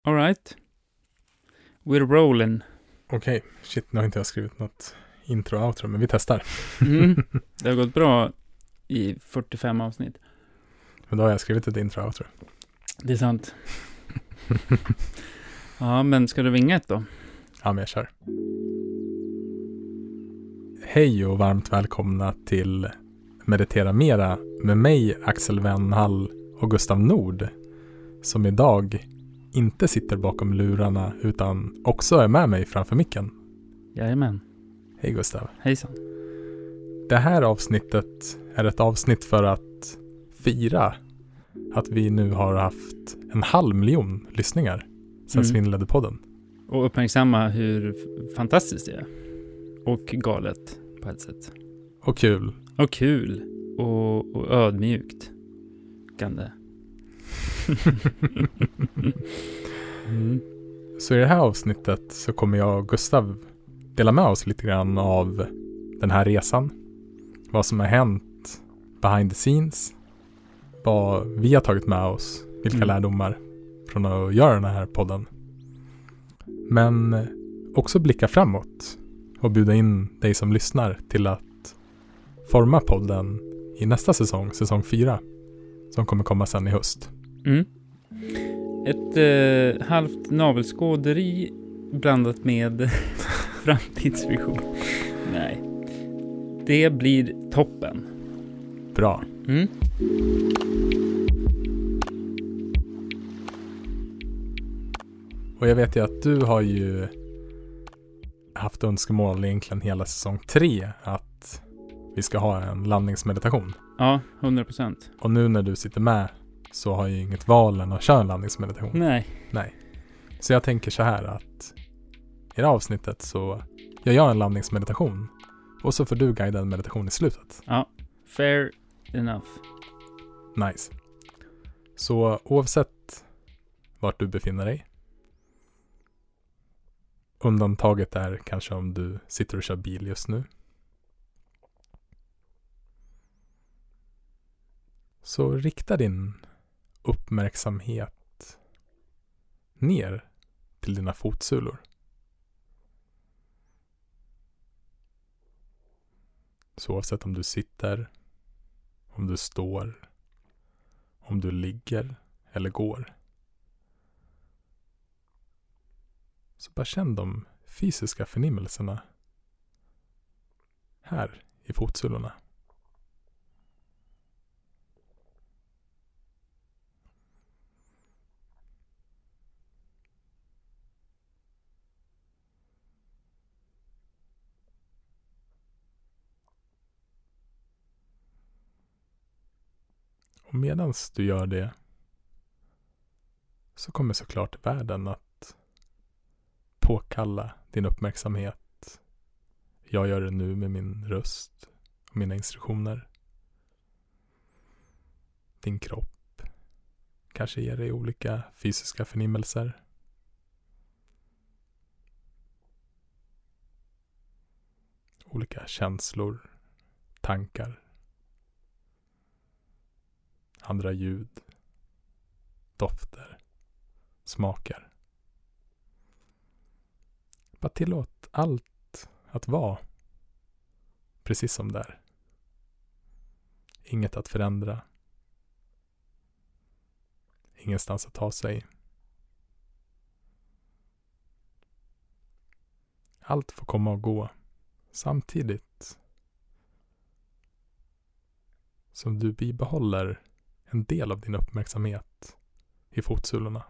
All right. We're rolling. Okej, shit, nu har inte jag skrivit något intro och outro, men vi testar. Det har gått bra i 45 avsnitt. Men då har jag skrivit ett intro och outro. Det är sant. Ja, men ska du vinga ett då? Ja, men jag kör. Hej och varmt välkomna till Meditera Mera med mig, Axel Wennhall och Gustav Nord, som idag inte sitter bakom lurarna utan också är med mig framför micken. Jajamän. Hej Gustav. Hejsan. Det här avsnittet är ett avsnitt för att fira att vi nu har haft 500 000 lyssningar sedan vi inledde podden. Och uppmärksamma hur fantastiskt det är. Och galet på ett sätt. Och kul. Och kul. Och ödmjukt. Kan det. Så i det här avsnittet så kommer jag och Gustav dela med oss lite grann av den här resan. Vad som har hänt behind the scenes. Vad vi har tagit med oss. Vilka lärdomar från att göra den här podden. Men också blicka framåt. Och bjuda in dig som lyssnar till att forma podden i nästa säsong 4. Som kommer komma sen i höst. Ett halvt navelskåderi blandat med framtidsvision. Nej. Det blir toppen. Bra. Och jag vet ju att du har ju haft önskemål egentligen hela säsong 3 att vi ska ha en landningsmeditation. Ja, 100%. Och nu när du sitter med så har jag ju inget val än att köra en landningsmeditation. Nej. Så jag tänker så här att i det här avsnittet så gör jag en landningsmeditation och så får du guida en meditation i slutet. Ja, fair enough. Nice. Så oavsett vart du befinner dig, undantaget är kanske om du sitter och kör bil just nu, så rikta din uppmärksamhet ner till dina fotsulor. Så oavsett om du sitter, om du står, om du ligger eller går. Så bara känn de fysiska förnimmelserna här i fotsulorna. Och medan du gör det så kommer såklart världen att påkalla din uppmärksamhet. Jag gör det nu med min röst och mina instruktioner. Din kropp kanske ger dig olika fysiska förnimmelser. Olika känslor, tankar. Andra ljud, dofter, smaker. Bara tillåt allt att vara precis som det är. Inget att förändra. Ingenstans att ta sig. Allt får komma och gå samtidigt som du bibehåller en del av din uppmärksamhet i fotsulorna.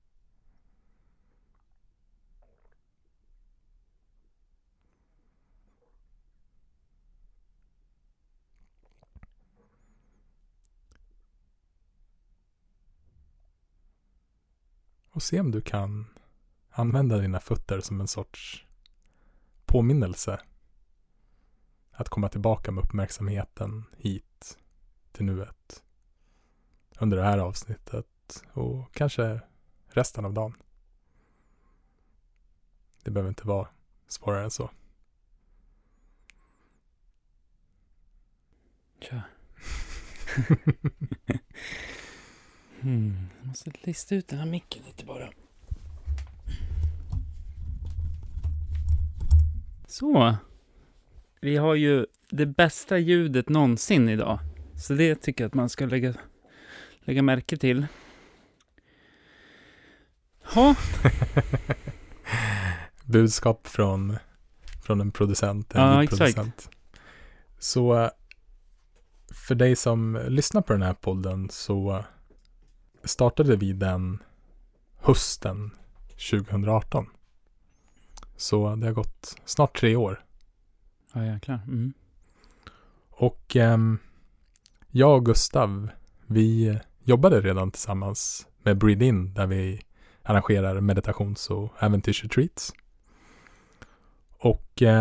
Och se om du kan använda dina fötter som en sorts påminnelse. Att komma tillbaka med uppmärksamheten hit till nuet. Under det här avsnittet och kanske resten av dagen. Det behöver inte vara svårare än så. Tja. Jag måste lista ut den här micken lite bara. Så. Vi har ju det bästa ljudet någonsin idag. Så det tycker jag att man ska lägga märke till. Ja. Budskap från en producent. Ja, exakt. Så för dig som lyssnar på den här podden så startade vi den hösten 2018. Så det har gått snart 3 år. Ja, jäklar. Mm. Och jag och Gustav, vi jobbade redan tillsammans med Breathe In där vi arrangerar meditations- och äventyrsretreats. Och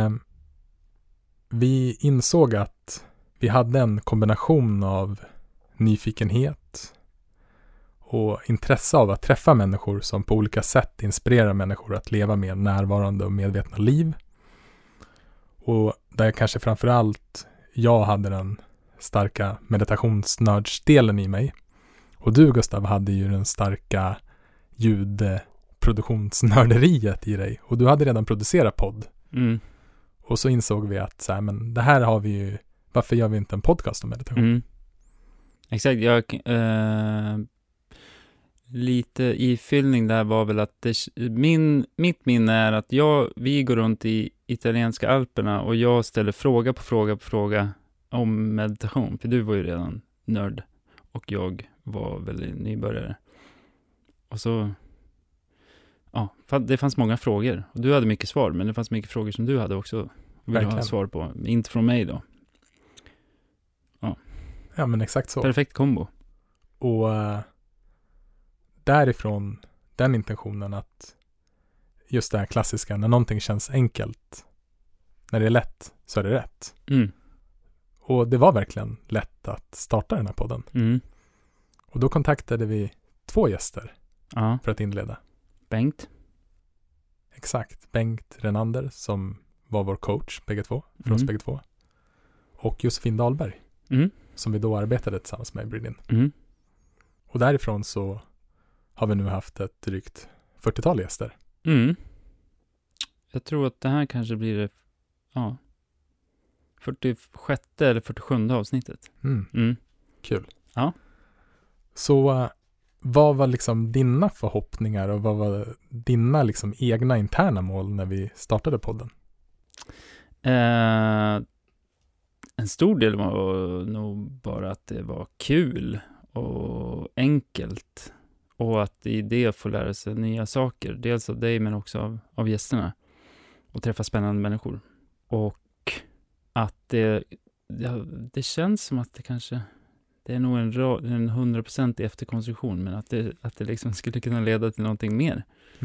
vi insåg att vi hade en kombination av nyfikenhet och intresse av att träffa människor som på olika sätt inspirerar människor att leva mer närvarande och medvetna liv. Och där kanske framförallt jag hade den starka meditationsnördsdelen i mig. Och du, Gustav, hade ju den starka ljudproduktionsnörderiet i dig. Och du hade redan producerat podd. Mm. Och så insåg vi att så här, men det här har vi ju, varför gör vi inte en podcast om meditation? Mm. Exakt, lite ifyllning där var väl att mitt minne är att vi går runt i italienska alperna och jag ställer fråga på fråga om meditation. För du var ju redan nörd och jag var väl nybörjare. Och så, ja, det fanns många frågor. Och du hade mycket svar, men det fanns mycket frågor som du hade också vill ha svar på. Inte från mig då. Ja, men exakt så. Perfekt kombo. Och därifrån den intentionen att just det här klassiska, när någonting känns enkelt, när det är lätt så är det rätt. Mm. Och det var verkligen lätt att starta den här podden. Mm. Och då kontaktade vi 2 gäster för att inleda. Bengt. Exakt. Bengt Renander som var vår coach för oss bägge två. Och Josefin Dahlberg som vi då arbetade tillsammans med i Breathe In. Mm. Och därifrån så har vi nu haft ett drygt 40-tal gäster. Mm. Jag tror att det här kanske blir det 46 eller 47 avsnittet. Kul. Ja. Så vad var liksom dina förhoppningar och vad var dina liksom egna interna mål när vi startade podden? En stor del var nog bara att det var kul och enkelt. Och att i det få lära sig nya saker. Dels av dig men också av gästerna. Och träffa spännande människor. Och att det känns som att det kanske... Det är nog en 100% efterkonstruktion. Men att det liksom skulle kunna leda till någonting mer.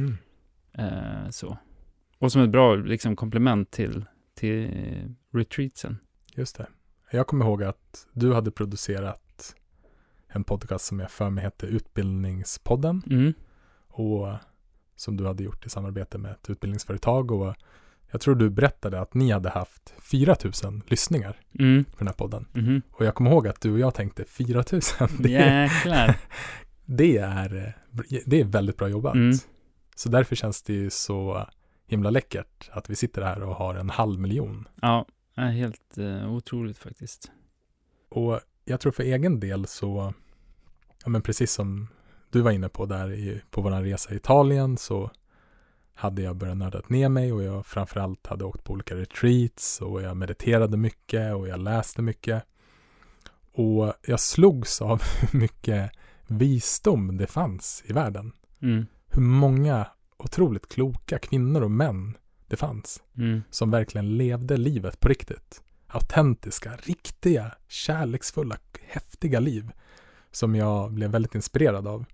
Så. Och som ett bra liksom, komplement till retreatsen. Just det. Jag kommer ihåg att du hade producerat en podcast som jag för mig hette Utbildningspodden. Och som du hade gjort i samarbete med ett utbildningsföretag. Och jag tror du berättade att ni hade haft 4000 lyssningar för den här podden. Och jag kommer ihåg att du och jag tänkte 4000. Jäklar. Det är väldigt bra jobbat. Så därför känns det ju så himla läckert att vi sitter här och har 500 000. Ja, helt otroligt faktiskt. Och jag tror för egen del så, ja men precis som du var inne på där på vår resa i Italien så hade jag börjat nördat ner mig och jag framförallt hade åkt på olika retreats och jag mediterade mycket och jag läste mycket. Och jag slogs av hur mycket visdom det fanns i världen. Hur många otroligt kloka kvinnor och män det fanns som verkligen levde livet på riktigt. Autentiska, riktiga, kärleksfulla, häftiga liv som jag blev väldigt inspirerad av.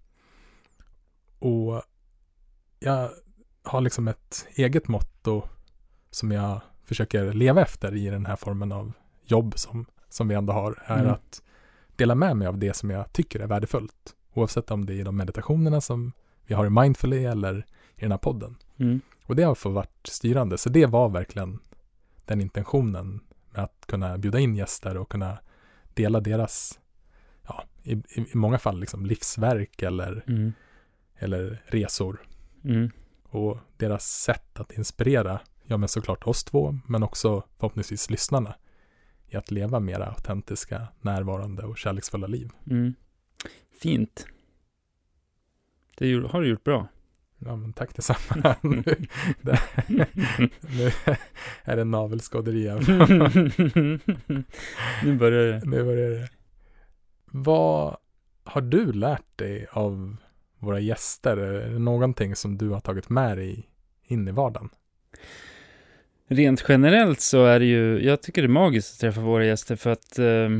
Och jag har liksom ett eget motto som jag försöker leva efter i den här formen av jobb som vi ändå har, är att dela med mig av det som jag tycker är värdefullt. Oavsett om det är i de meditationerna som vi har i Mindfully eller i den här podden. Och det har fått varit styrande. Så det var verkligen den intentionen med att kunna bjuda in gäster och kunna dela deras, i många fall liksom livsverk eller resor. Och deras sätt att inspirera ja men såklart oss två, men också förhoppningsvis lyssnarna i att leva mera autentiska, närvarande och kärleksfulla liv. Fint. Det har du gjort bra. Ja, men tack detsamma. Nu är det navelskåderi. Nu börjar det. Vad har du lärt dig av våra gäster? Är det någonting som du har tagit med dig in i vardagen? Rent generellt så är det ju, jag tycker det är magiskt att träffa våra gäster för att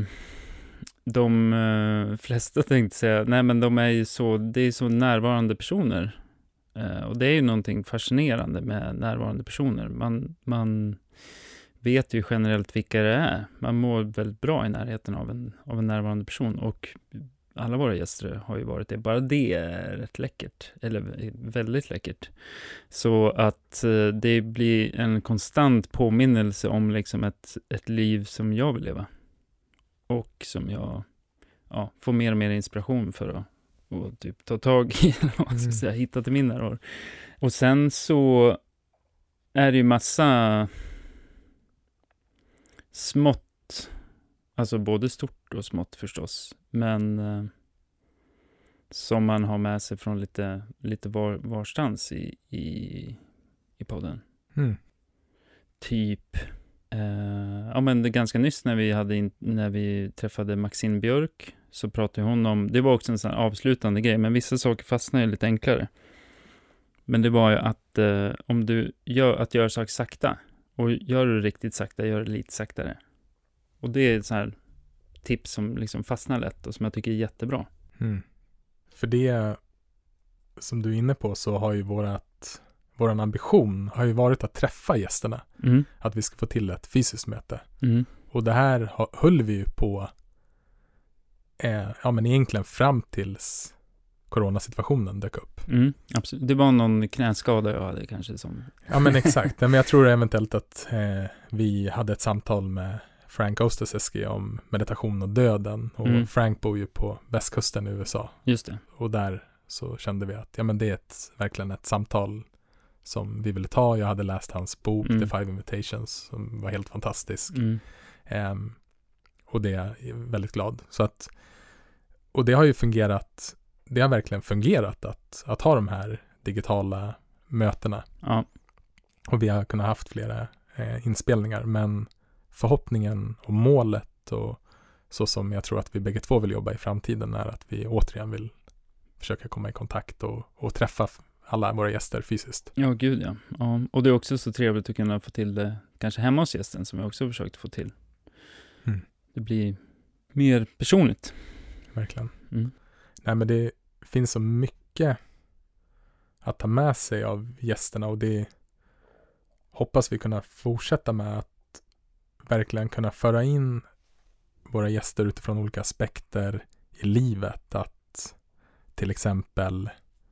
de flesta tänkte säga, nej men de är ju så, det är så närvarande personer. Och det är ju någonting fascinerande med närvarande personer. Man vet ju generellt vilka det är. Man mår väldigt bra i närheten av en närvarande person. Och alla våra gäster har ju varit det. Bara det är rätt läckert. Eller väldigt läckert. Så att det blir en konstant påminnelse om liksom ett liv som jag vill leva. Och som jag får mer och mer inspiration för att och typ ta tag i, eller vad man ska säga, hitta till min närvaro. Och sen så är det ju massa smått, alltså både stort och smått förstås, men som man har med sig från lite varstans i podden. Typ men det ganska nyss när vi träffade Maxine Björk, så pratade hon om, det var också en sån här avslutande grej, men vissa saker fastnar ju lite enklare. Men det var ju att om du gör saker sakta, och gör du riktigt sakta, gör det lite saktare. Och det är ett sån här tips som liksom fastnar lätt och som jag tycker är jättebra. För det som du är inne på, så har ju våran ambition har ju varit att träffa gästerna. Att vi ska få till ett fysiskt möte. Och det här höll vi ju på men egentligen fram tills coronasituationen dök upp. Absolut. Det var någon knäskada jag hade kanske som... Ja men exakt. Men jag tror eventuellt att vi hade ett samtal med Frank Ostaseski om meditation och döden. Och Frank bor ju på västkusten i USA. Just det. Och där så kände vi att det är verkligen ett samtal som vi ville ta. Jag hade läst hans bok The Five Invitations som var helt fantastisk. Och det är jag väldigt glad. Så att, och det har ju fungerat, det har verkligen fungerat att ha de här digitala mötena. Ja. Och vi har kunnat haft flera inspelningar, men förhoppningen och målet och så som jag tror att vi bägge två vill jobba i framtiden är att vi återigen vill försöka komma i kontakt och träffa alla våra gäster fysiskt. Ja, gud ja. Och det är också så trevligt att kunna få till det kanske hemma hos gästen, som jag också försökt få till. Det blir mer personligt. Verkligen. Nej, men det finns så mycket att ta med sig av gästerna, och det hoppas vi kunna fortsätta med, att verkligen kunna föra in våra gäster utifrån olika aspekter i livet. Att till exempel,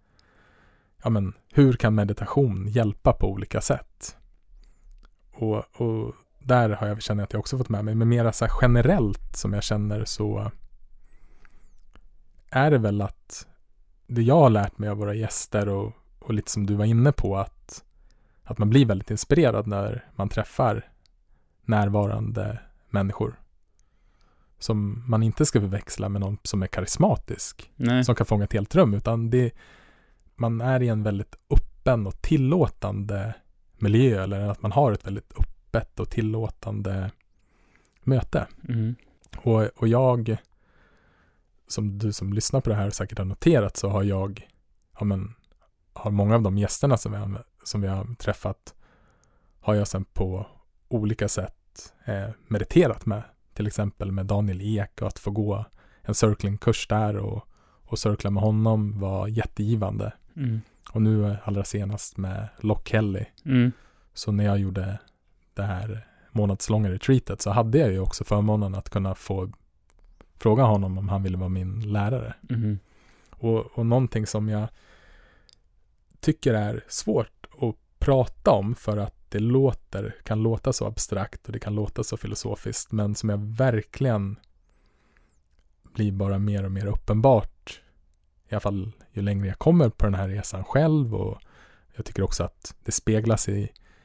hur kan meditation hjälpa på olika sätt? Och där känner jag att jag också fått med mig, men mera så här generellt som jag känner, så är det väl att det jag har lärt mig av våra gäster och lite som du var inne på, att man blir väldigt inspirerad när man träffar närvarande människor som man inte ska förväxla med någon som är karismatisk. Nej. Som kan fånga ett helt rum, utan man är i en väldigt öppen och tillåtande miljö, eller att man har ett väldigt öppet och tillåtande möte. Och jag, som du som lyssnar på det här säkert har noterat, så har jag har många av de gästerna som vi har träffat, har jag sen på olika sätt mediterat med. Till exempel med Daniel Ek, och att få gå en circlingkurs där och cirkla med honom var jättegivande. Och nu allra senast med Lock Kelly. Så när jag gjorde det här månadslånga retreatet, så hade jag ju också förmånen att kunna få fråga honom om han ville vara min lärare. Och någonting som jag tycker är svårt att prata om, för att det kan låta så abstrakt och det kan låta så filosofiskt, men som jag verkligen blir bara mer och mer uppenbart, i alla fall ju längre jag kommer på den här resan själv. Och jag tycker också att det speglas i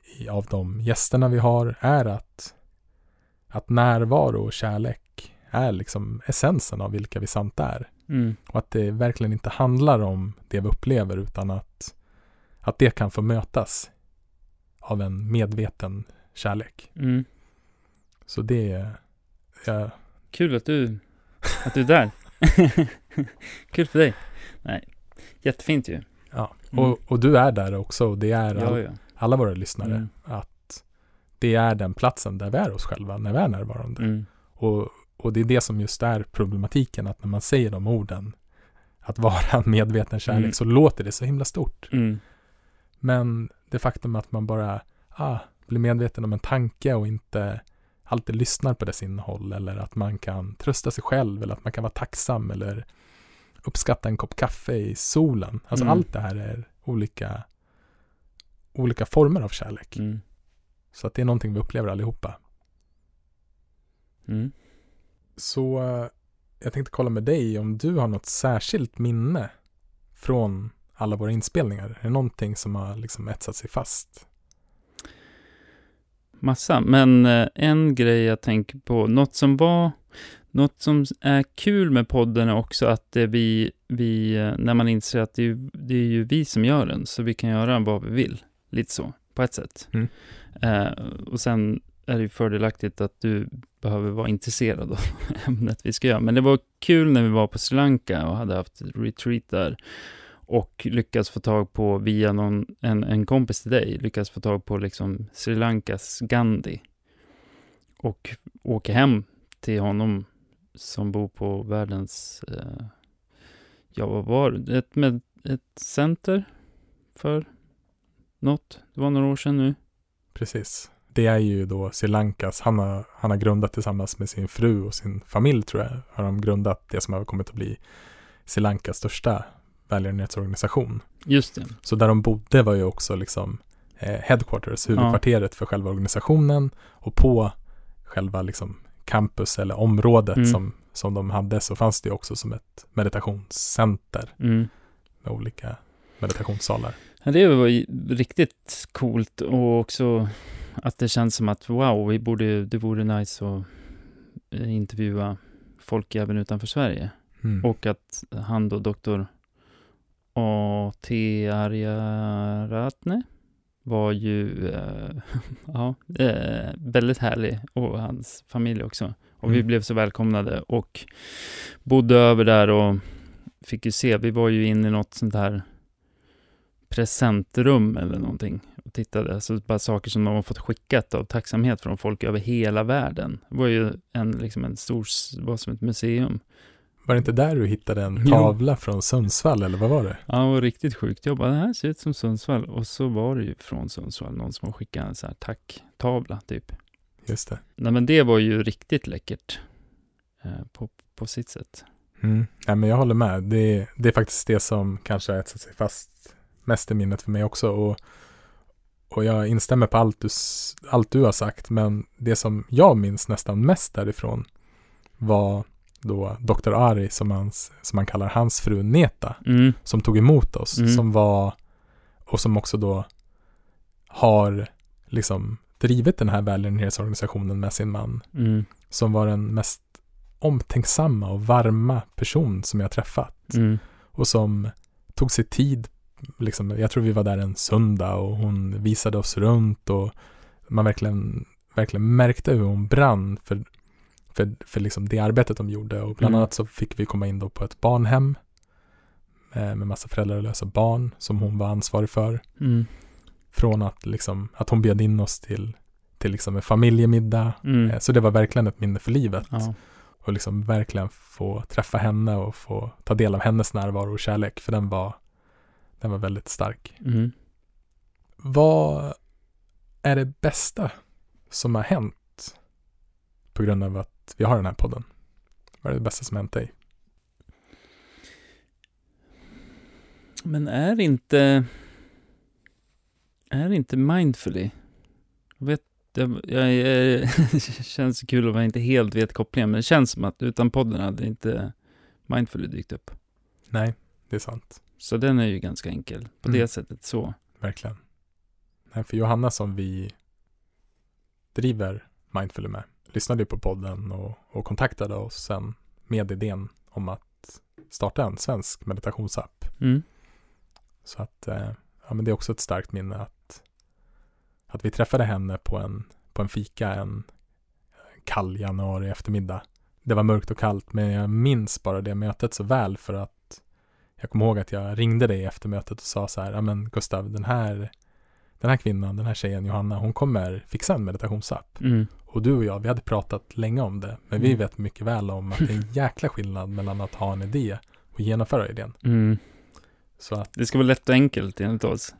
av de gästerna vi har är att närvaro och kärlek är liksom essensen av vilka vi sant är. Och att det verkligen inte handlar om det vi upplever, utan att det kan få mötas av en medveten kärlek. Så det är... Kul att du är där. Kul för dig. Nej, jättefint ju. Ja, och du är där också, och det är alla våra lyssnare, att det är den platsen där vi är oss själva när vi är närvarande. Och det är det som just är problematiken, att när man säger de orden, att vara en medveten kärlek, så låter det så himla stort. Men det faktum att man bara blir medveten om en tanke och inte alltid lyssnar på dess innehåll, eller att man kan trösta sig själv, eller att man kan vara tacksam, eller uppskatta en kopp kaffe i solen. Alltså allt det här är olika former av kärlek. Så att det är någonting vi upplever allihopa. Så jag tänkte kolla med dig om du har något särskilt minne från alla våra inspelningar. Är det någonting som har liksom etsat sig fast? Massa, men en grej jag tänker på, något som är kul med podden är också att vi när man inser att det är ju vi som gör den, så vi kan göra vad vi vill, lite så, på ett sätt. Och sen är det ju fördelaktigt att du behöver vara intresserad av ämnet vi ska göra. Men det var kul när vi var på Sri Lanka och hade haft ett retreat där, och lyckas få tag på via en kompis till dig, lyckas få tag på liksom Sri Lankas Gandhi, och åka hem till honom som bor på världens vad var det? Ett center för något. Det var några år sedan nu. Precis. Det är ju då Sri Lankas, han har grundat tillsammans med sin fru och sin familj, tror jag, har de grundat det som har kommit att bli Sri Lankas största välgörenhetsorganisation. Just det. Så där de bodde var ju också liksom headquarters, huvudkvarteret för själva organisationen, och på själva liksom campus eller området som de hade, så fanns det också som ett meditationscenter med olika meditationssalar. Ja, det var riktigt coolt, och också att det känns som att det vore nice att intervjua folk även utanför Sverige. Och att han då, doktor A.T. Aryaratne, var ju väldigt härlig, och hans familj också. Och vi blev så välkomnade och bodde över där och fick ju se, vi var ju inne i något sånt här presentrum eller någonting och tittade, alltså bara saker som de har fått skickat av tacksamhet från folk över hela världen. Det var ju en stor, var som ett museum. Var det inte där du hittade en tavla från Sundsvall, eller vad var det? Ja, det var riktigt sjukt. Jag bara, det här ser ut som Sundsvall. Och så var det ju från Sundsvall, någon som har skickat en så här tacktavla typ. Just det. Nej, men det var ju riktigt läckert på sitt sätt. Ja, men jag håller med. Det är faktiskt det som kanske har etsat sig fast mest i minnet för mig också. Och jag instämmer på allt du har sagt. Men det som jag minns nästan mest därifrån var då Dr. Ari, som man kallar hans fru Neta, som tog emot oss, som var, och som också då har liksom drivit den här välgörenhetsorganisationen med sin man, som var den mest omtänksamma och varma person som jag träffat, och som tog sig tid liksom, jag tror vi var där en söndag och hon visade oss runt, och man verkligen märkte hur hon brann för liksom det arbetet de gjorde. Och bland annat så fick vi komma in då på ett barnhem med massa föräldralösa barn som hon var ansvarig för. Från att hon bjöd in oss till liksom en familjemiddag. Så det var verkligen ett minne för livet. Ja. Och liksom verkligen få träffa henne och få ta del av hennes närvaro och kärlek, för den var väldigt stark. Vad är det bästa som har hänt på grund av att vi har den här podden? Vad är det bästa som har hänt dig? Men är inte mindfully? Det känns kul att jag inte helt vet kopplingen, men det känns som att utan podden hade inte mindfully dykt upp. Nej, det är sant. Så den är ju ganska enkel på det sättet så. Verkligen. Nej, för Johanna som vi driver Mindfully med lyssnade ju på podden och kontaktade oss sen med idén om att starta en svensk meditationsapp. Så att men det är också ett starkt minne att vi träffade henne på en fika en kall januari eftermiddag. Det var mörkt och kallt, men jag minns bara det mötet så väl för att jag kommer ihåg att jag ringde dig efter mötet och sa så här, men Gustav, den här kvinnan, den här tjejen Johanna, hon kommer fixa en meditationsapp. Och du och jag, vi hade pratat länge om det, men vi vet mycket väl om att det är en jäkla skillnad mellan att ha en idé och genomföra idén. Så att det ska vara lätt och enkelt enligt oss.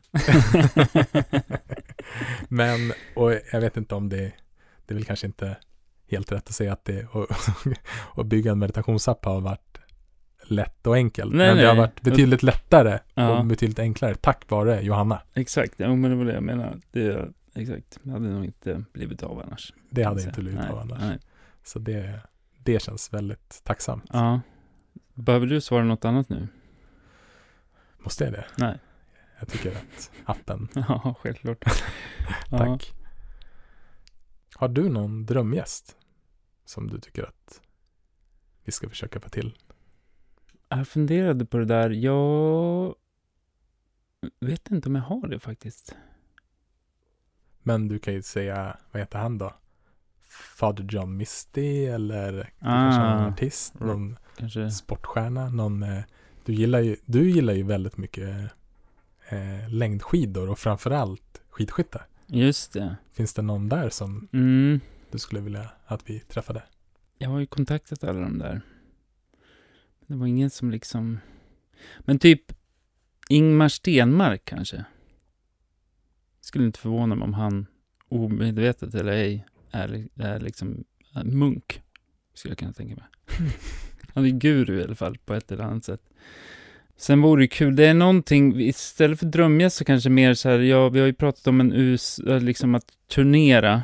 Men, och jag vet inte om det är väl kanske inte helt rätt att säga att det att bygga en meditationsapp har varit lätt och enkelt. Men det har varit betydligt lättare och betydligt enklare tack vare Johanna. Exakt, ja, men det var det jag menar. Exakt, det hade nog inte blivit av annars. Det hade inte blivit av annars. Nej. Så det känns väldigt tacksamt. Ja. Behöver du svara något annat nu? Måste jag det? Nej. Jag tycker att appen... Ja, självklart. Tack. Har du någon drömgäst som du tycker att vi ska försöka få till? Jag funderade på det där. Jag vet inte om jag har det faktiskt. Men du kan ju säga, vad heter han då? Father John Misty eller kanske någon artist, någon kanske sportstjärna, någon... Du gillar ju väldigt mycket längdskidor och framförallt skidskytte. Just det. Finns det någon där som du skulle vilja att vi träffade? Jag har ju kontaktat alla de där. Det var ingen som liksom... Men typ Ingmar Stenmark kanske. Skulle inte förvåna mig om han omedvetet eller ej är liksom munk. Skulle jag kunna tänka mig. Han är guru i alla fall på ett eller annat sätt. Sen vore det kul, det är någonting, istället för drömgäst så kanske mer så här, vi har ju pratat om liksom att turnera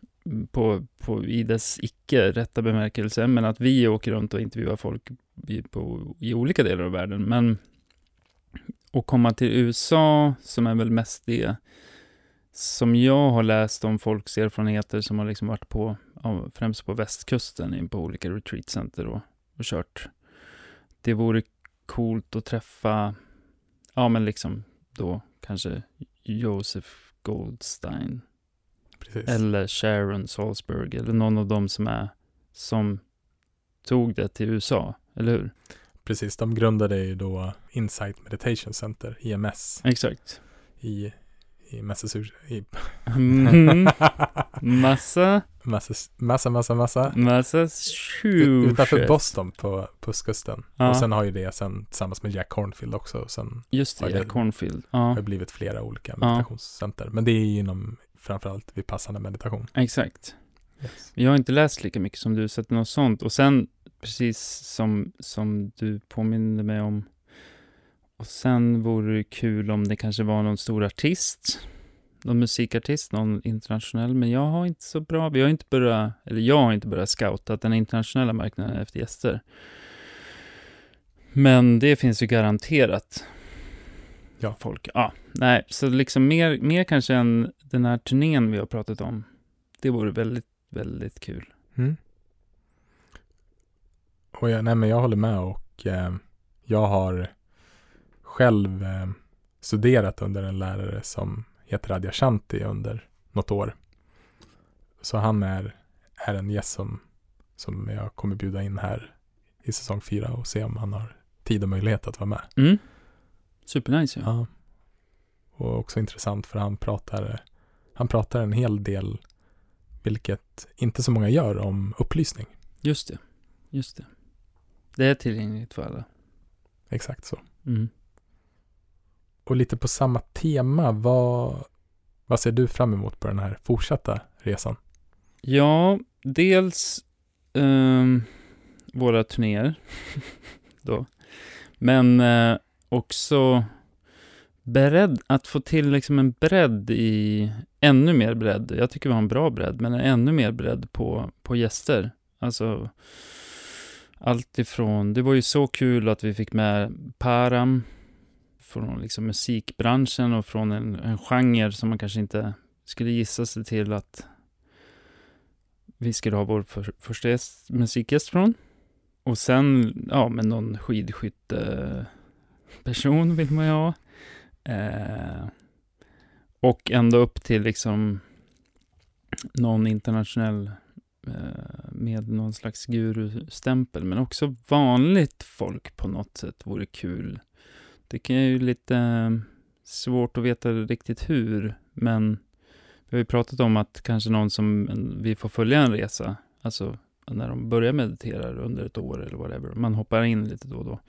i dess icke-rätta bemärkelse, men att vi åker runt och intervjuar folk i olika delar av världen, men att komma till USA som är väl mest det som jag har läst om folks erfarenheter som har liksom varit på, främst på västkusten på olika retreatcenter och kört. Det vore coolt att träffa, men liksom då kanske Joseph Goldstein. Precis. Eller Sharon Salzberg eller någon av dem som tog det till USA, eller hur? Precis, de grundade ju då Insight Meditation Center, IMS. Exakt. I Massachusetts. Utanför Boston på östkusten. Och sen har ju det sen tillsammans med Jack Kornfield också. Sen just det, Jack Kornfield. Har det blivit flera olika meditationscenter. Men det är inom framförallt vipassana meditation. Exakt. Yes. Jag har inte läst lika mycket som du, sett något sånt. Och sen, precis som du påminner mig om. Och sen vore det kul om det kanske var någon stor artist. Någon musikartist, någon internationell. Men jag har inte börjat scouta den internationella marknaden efter gäster. Men det finns ju garanterat. Ja. Folk. Nej, så liksom mer kanske än den här turnén vi har pratat om. Det vore väldigt, väldigt kul. Och jag håller med och jag har själv studerat under en lärare som heter Adyashanti under något år. Så han är en gäst som jag kommer bjuda in här i säsong 4 och se om han har tid och möjlighet att vara med. Supernice. Ja. Och också intressant för han pratar en hel del, vilket inte så många gör, om upplysning. Just det. Det är tillgängligt för alla. Exakt så. Och lite på samma tema, vad ser du fram emot på den här fortsatta resan? Ja, dels våra turnéer då. Men också beredd att få till liksom en bredd ännu mer bredd. Jag tycker vi har en bra bredd, men en ännu mer bredd på gäster. Alltså allt ifrån, det var ju så kul att vi fick med Param från liksom musikbranschen och från en genre som man kanske inte skulle gissa sig till att vi skulle ha vår första musikgäst från. Och sen, ja, med någon skidskytteperson vill man ju ha. Och ända upp till liksom någon internationell med någon slags guru-stämpel. Men också vanligt folk på något sätt vore kul. Det kan ju lite svårt att veta riktigt hur, men vi har ju pratat om att kanske någon som vi får följa en resa, alltså när de börjar meditera under ett år eller whatever, man hoppar in lite då och då.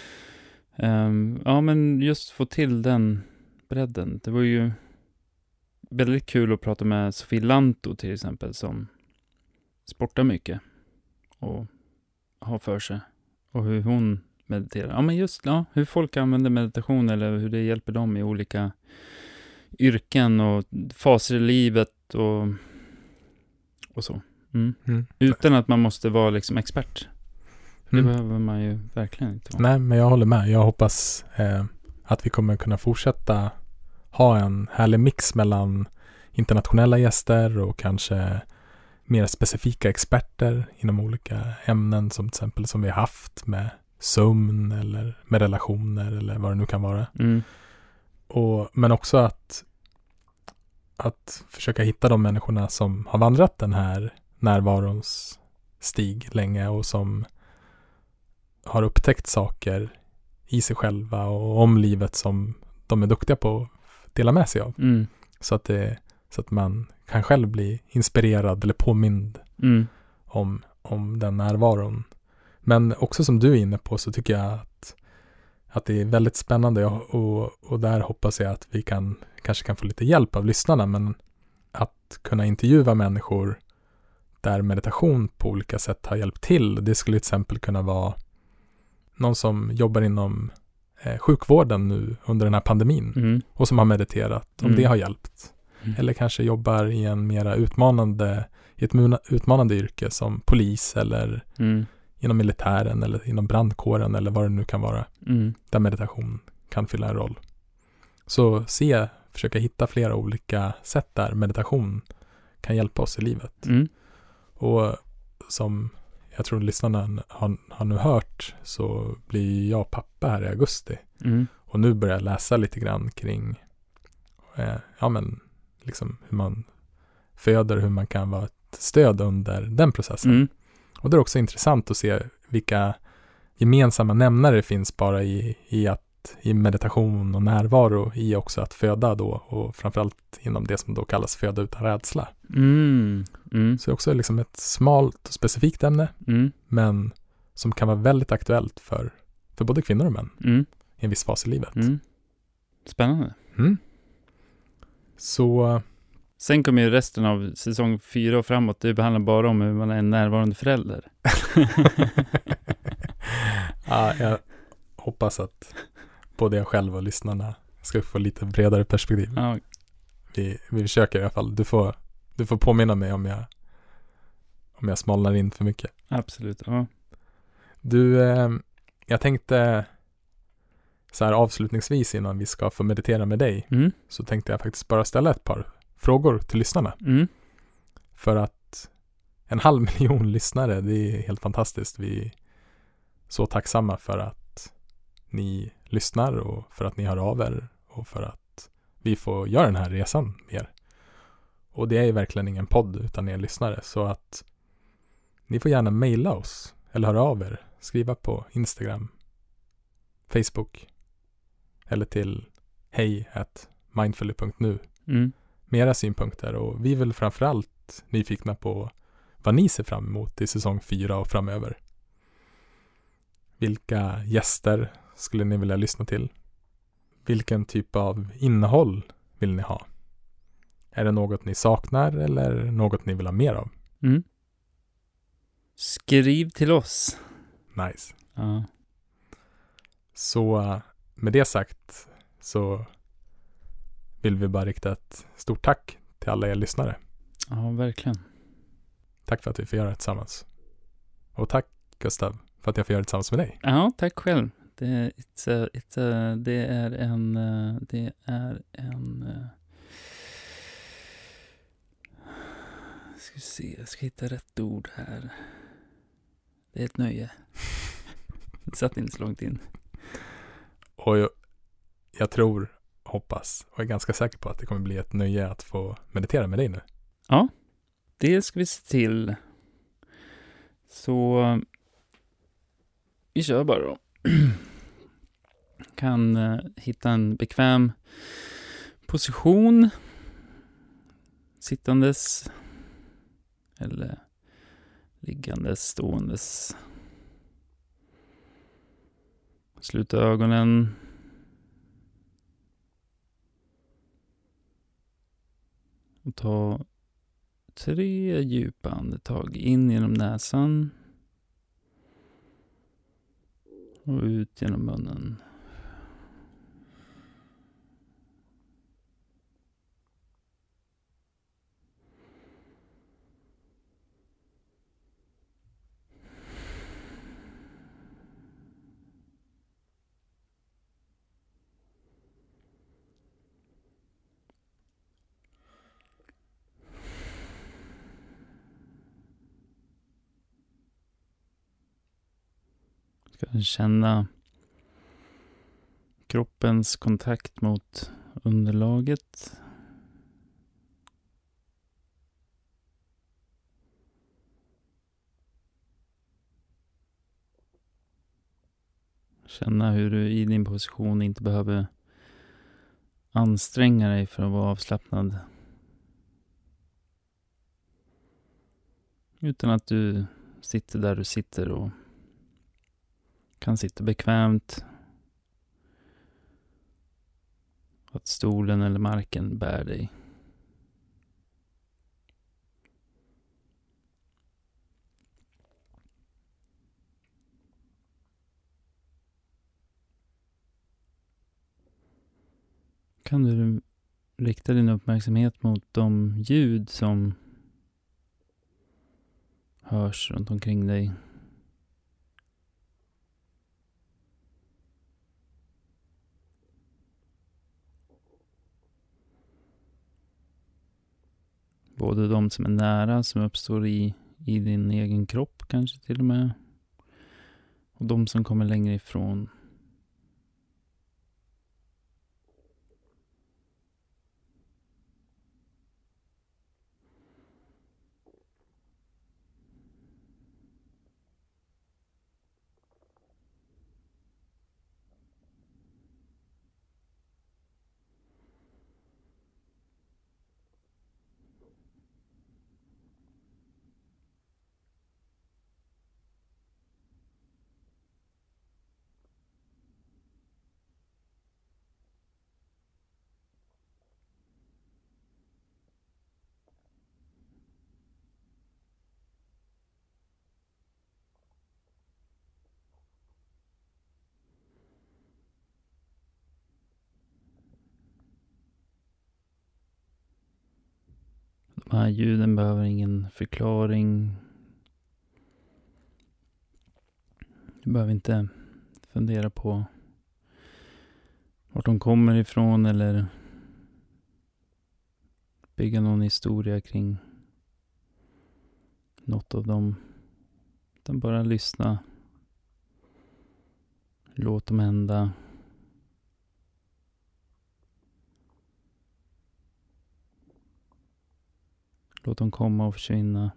Ja, men just få till den bredden. Det var ju väldigt kul att prata med Sofie Lanto till exempel, som sportar mycket och har för sig, och hur hon mediterar. Ja, men just hur folk använder meditation eller hur det hjälper dem i olika yrken och faser i livet och så. Utan att man måste vara liksom expert. Det behöver man ju verkligen inte vara. Nej, men jag håller med. Jag hoppas att vi kommer kunna fortsätta ha en härlig mix mellan internationella gäster och kanske mer specifika experter inom olika ämnen, som till exempel som vi har haft med sömn eller med relationer eller vad det nu kan vara. Men också att försöka hitta de människorna som har vandrat den här närvarons stig länge och som har upptäckt saker i sig själva och om livet som de är duktiga på att dela med sig av. Så att man kan själv bli inspirerad eller påmind om den närvaron. Men också som du är inne på, så tycker jag att det är väldigt spännande och där hoppas jag att vi kanske kan få lite hjälp av lyssnarna, men att kunna intervjua människor där meditation på olika sätt har hjälpt till. Det skulle till exempel kunna vara någon som jobbar inom sjukvården nu under den här pandemin och som har mediterat, om det har hjälpt. Eller kanske jobbar i ett utmanande yrke som polis eller inom militären eller inom brandkåren eller vad det nu kan vara, där meditation kan fylla en roll. Så försöka hitta flera olika sätt där meditation kan hjälpa oss i livet. Och som jag tror lyssnarna har nu hört, så blir jag pappa här i augusti. Och nu börjar jag läsa lite grann kring liksom hur man föder, hur man kan vara ett stöd under den processen. Och det är också intressant att se vilka gemensamma nämnare det finns bara i meditation och närvaro, i också att föda då, och framförallt inom det som då kallas föda utan rädsla. Så det är också liksom ett smalt och specifikt ämne, men som kan vara väldigt aktuellt för både kvinnor och män i en viss fas i livet. Spännande. Så sen kommer ju resten av säsong 4 och framåt. Det behandlar bara om hur man är en närvarande förälder. Ja, jag hoppas att både jag själv och lyssnarna ska få lite bredare perspektiv. Ja. Vi försöker i alla fall. Du får påminna mig om jag smalnar in för mycket. Absolut, ja. Du, jag tänkte så här avslutningsvis innan vi ska få meditera med dig, så tänkte jag faktiskt bara ställa ett par frågor till lyssnarna. För att 500 000 lyssnare, det är helt fantastiskt. Vi är så tacksamma för att ni lyssnar och för att ni hör av er och för att vi får göra den här resan med er. Och det är ju verkligen ingen podd utan er lyssnare, så att ni får gärna mejla oss eller höra av er, skriva på Instagram, Facebook eller till hej@mindfully.nu med era synpunkter. Och vi är väl framförallt nyfikna på vad ni ser fram emot i säsong 4 och framöver. Vilka gäster skulle ni vilja lyssna till? Vilken typ av innehåll vill ni ha? Är det något ni saknar eller något ni vill ha mer av? Skriv till oss. Nice. Ja. Så med det sagt så vill vi bara rikta ett stort tack till alla er lyssnare. Ja, verkligen. Tack för att vi får göra det tillsammans. Och tack Gustav för att jag får göra det tillsammans med dig. Ja, tack själv. Det är en ska vi se, jag ska hitta rätt ord här. Det är ett nöje. Det satt inte så långt in. Och jag tror, hoppas och är ganska säker på att det kommer bli ett nöje att få meditera med dig nu. Ja, det ska vi se till. Så vi kör bara då. Kan hitta en bekväm position. Sittandes. Eller liggandes, ståendes. Sluta ögonen. Och ta 3 djupa andetag in genom näsan. Och ut genom munnen. Ska känna kroppens kontakt mot underlaget. Känna hur du i din position inte behöver anstränga dig för att vara avslappnad. Utan att du sitter där du sitter och kan sitta bekvämt. Att stolen eller marken bär dig. Kan du rikta din uppmärksamhet mot de ljud som hörs runt omkring dig. Både de som är nära, som uppstår i din egen kropp kanske till och med. Och de som kommer längre ifrån. De här ljuden behöver ingen förklaring. Du behöver inte fundera på vart de kommer ifrån eller bygga någon historia kring något av dem. Utan bara lyssna. Låt dem hända. Låt dem komma och försvinna.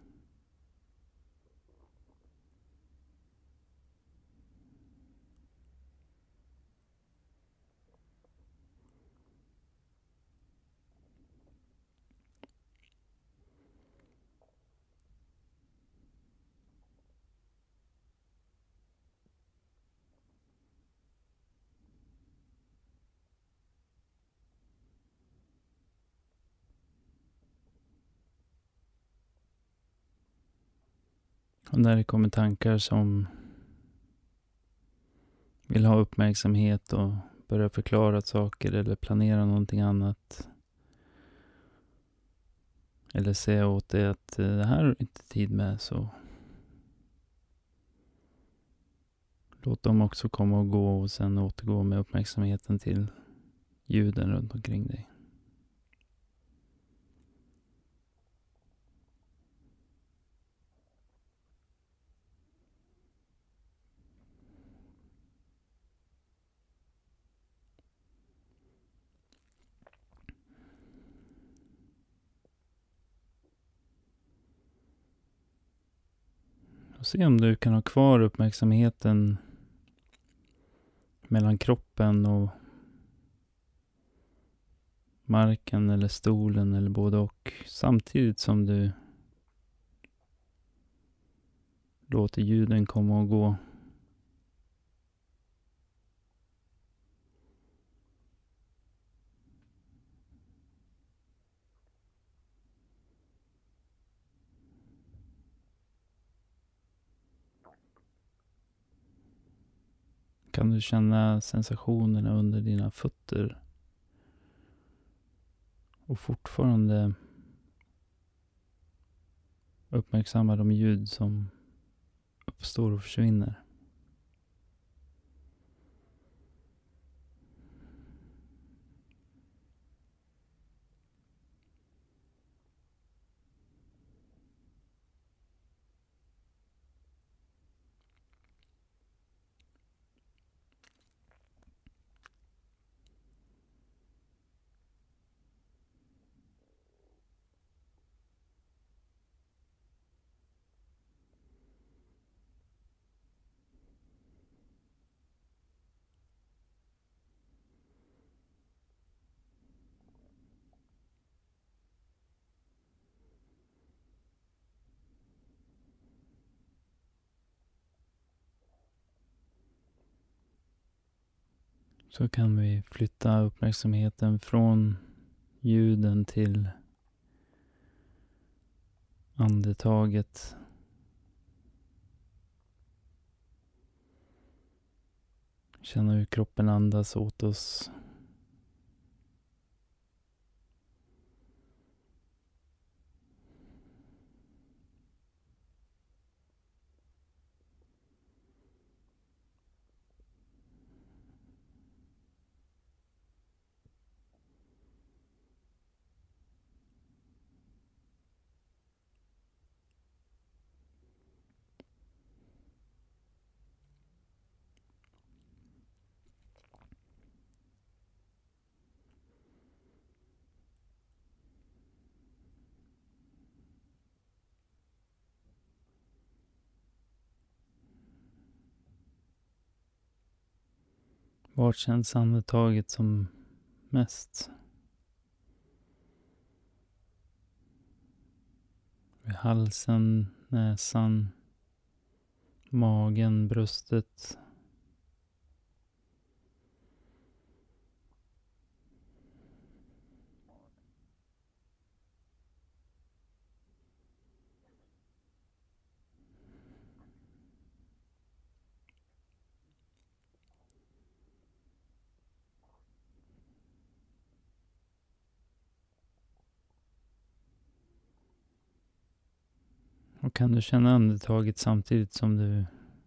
Och när det kommer tankar som vill ha uppmärksamhet och börja förklara saker eller planera någonting annat. Eller säga åt dig att det här är inte tid med, så Låt dem också komma och gå och sen återgå med uppmärksamheten till ljuden runt omkring dig. Och se om du kan ha kvar uppmärksamheten mellan kroppen och marken eller stolen eller både och. Samtidigt som du låter ljuden komma och gå. Kan du känna sensationerna under dina fötter? Och fortfarande uppmärksamma de ljud som uppstår och försvinner. Så kan vi flytta uppmärksamheten från ljuden till andetaget. Känna hur kroppen andas åt oss. Vart känns andetaget som mest? Vid halsen, näsan, magen, bröstet. Och kan du känna andetaget samtidigt som du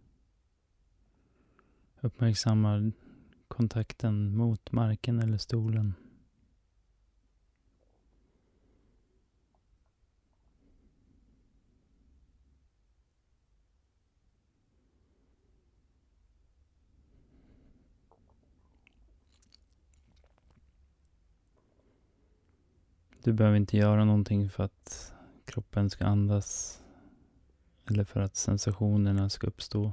uppmärksammar kontakten mot marken eller stolen. Du behöver inte göra någonting för att kroppen ska andas eller för att sensationerna ska uppstå.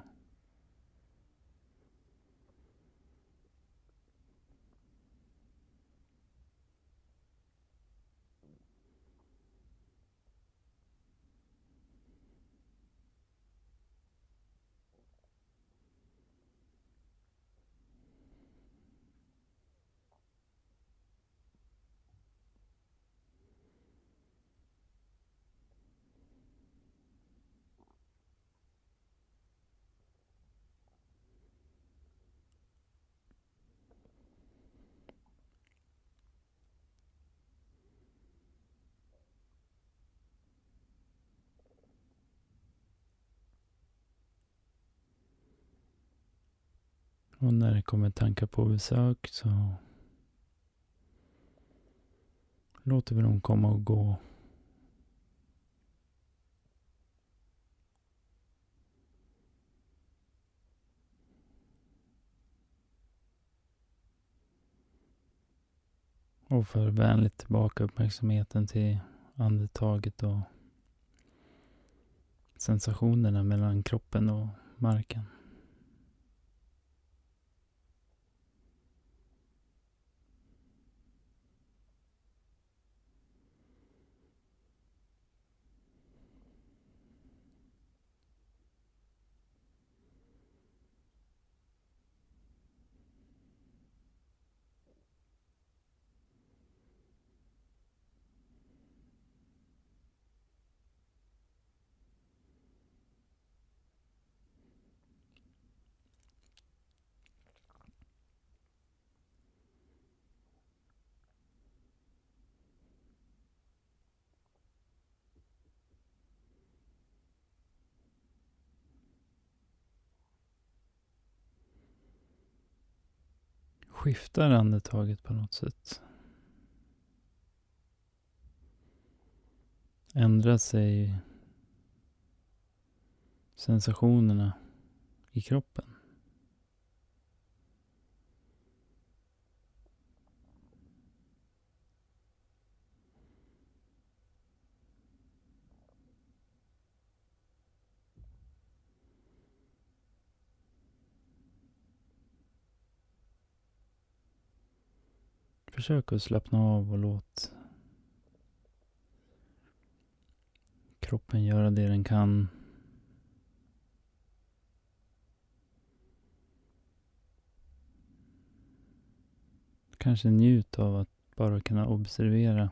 Och när det kommer tankar på besök så låter vi dem komma och gå. Och för vänligt tillbaka uppmärksamheten till andetaget och sensationerna mellan kroppen och marken. Skiftar andetaget på något sätt. Ändrar sig sensationerna i kroppen. Försök att slappna av och låt kroppen göra det den kan. Kanske njut av att bara kunna observera.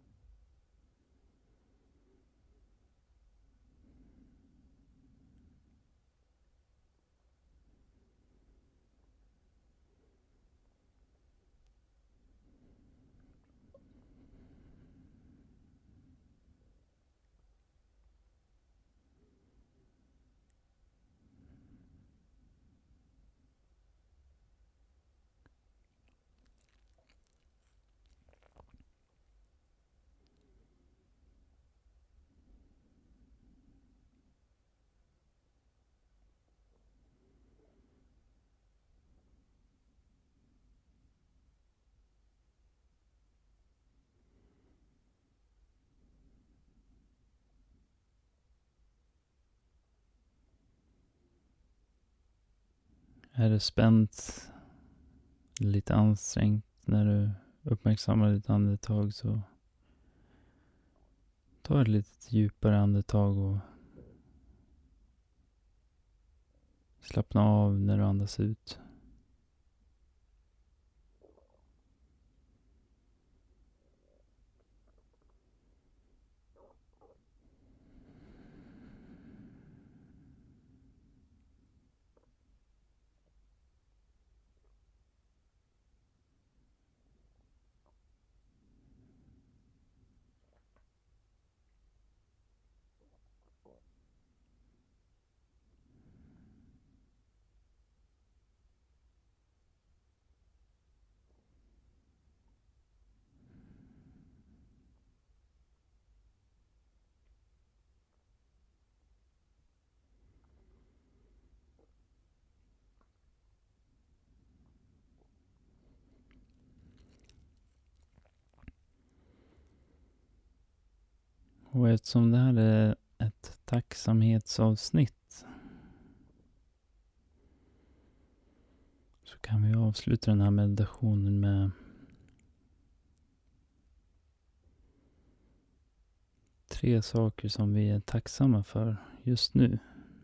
Är det spänt, lite ansträngt när du uppmärksammar ditt andetag, så ta ett lite djupare andetag och slappna av när du andas ut. Och eftersom det här är ett tacksamhetsavsnitt så kan vi avsluta den här meditationen med 3 saker som vi är tacksamma för just nu.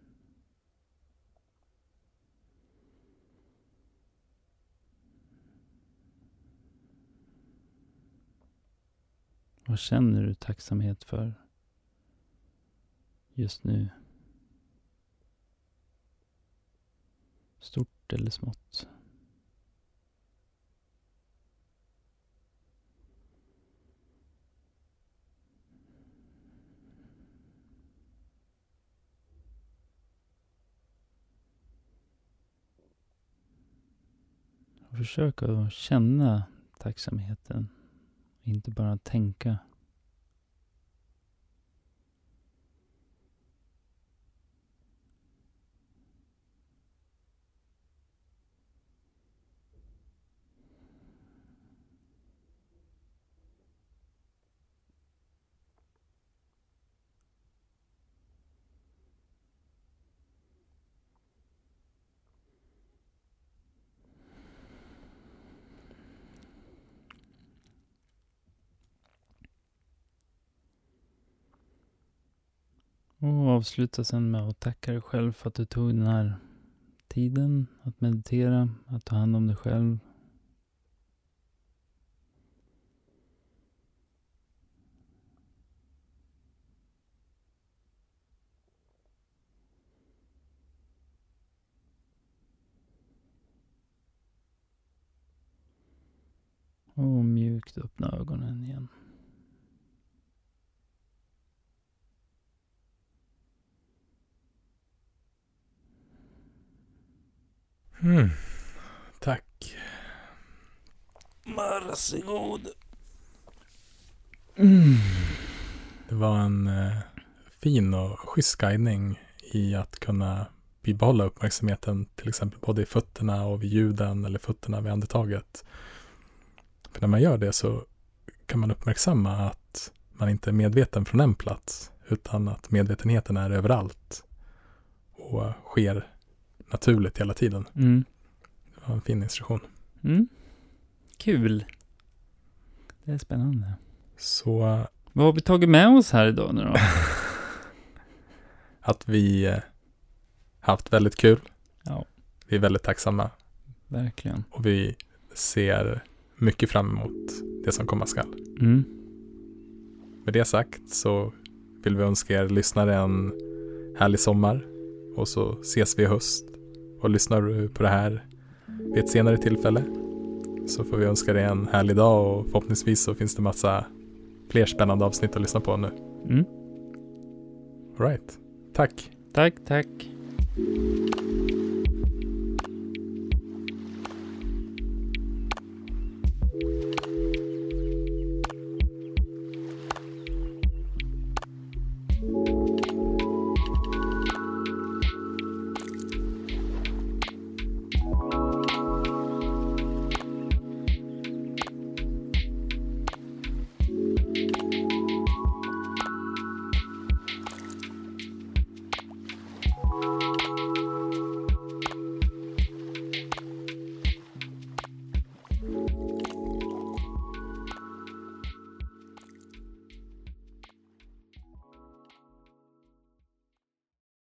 Vad känner du tacksamhet för just nu? Stort eller smått? Och försök att känna tacksamheten. Inte bara tänka. Och avsluta sen med att tacka dig själv för att du tog den här tiden att meditera, att ta hand om dig själv. Och mjukt öppna ögonen igen. Tack. Varsågod. Det var en fin och schysst guidning i att kunna bibehålla uppmärksamheten till exempel både i fötterna och vid ljuden eller fötterna vid andetaget. För när man gör det så kan man uppmärksamma att man inte är medveten från en plats utan att medvetenheten är överallt och sker naturligt hela tiden. Det var en fin instruktion. Kul. Det är spännande. Så vad har vi tagit med oss här idag nu då? att vi haft väldigt kul. Ja. Vi är väldigt tacksamma. Verkligen. Och vi ser mycket fram emot det som komma skall. Med det sagt så vill vi önska er lyssnare en härlig sommar. Och så ses vi i höst. Och lyssnar du på det här vid ett senare tillfälle så får vi önska dig en härlig dag och förhoppningsvis så finns det massa fler spännande avsnitt att lyssna på nu. All right. Tack. Tack.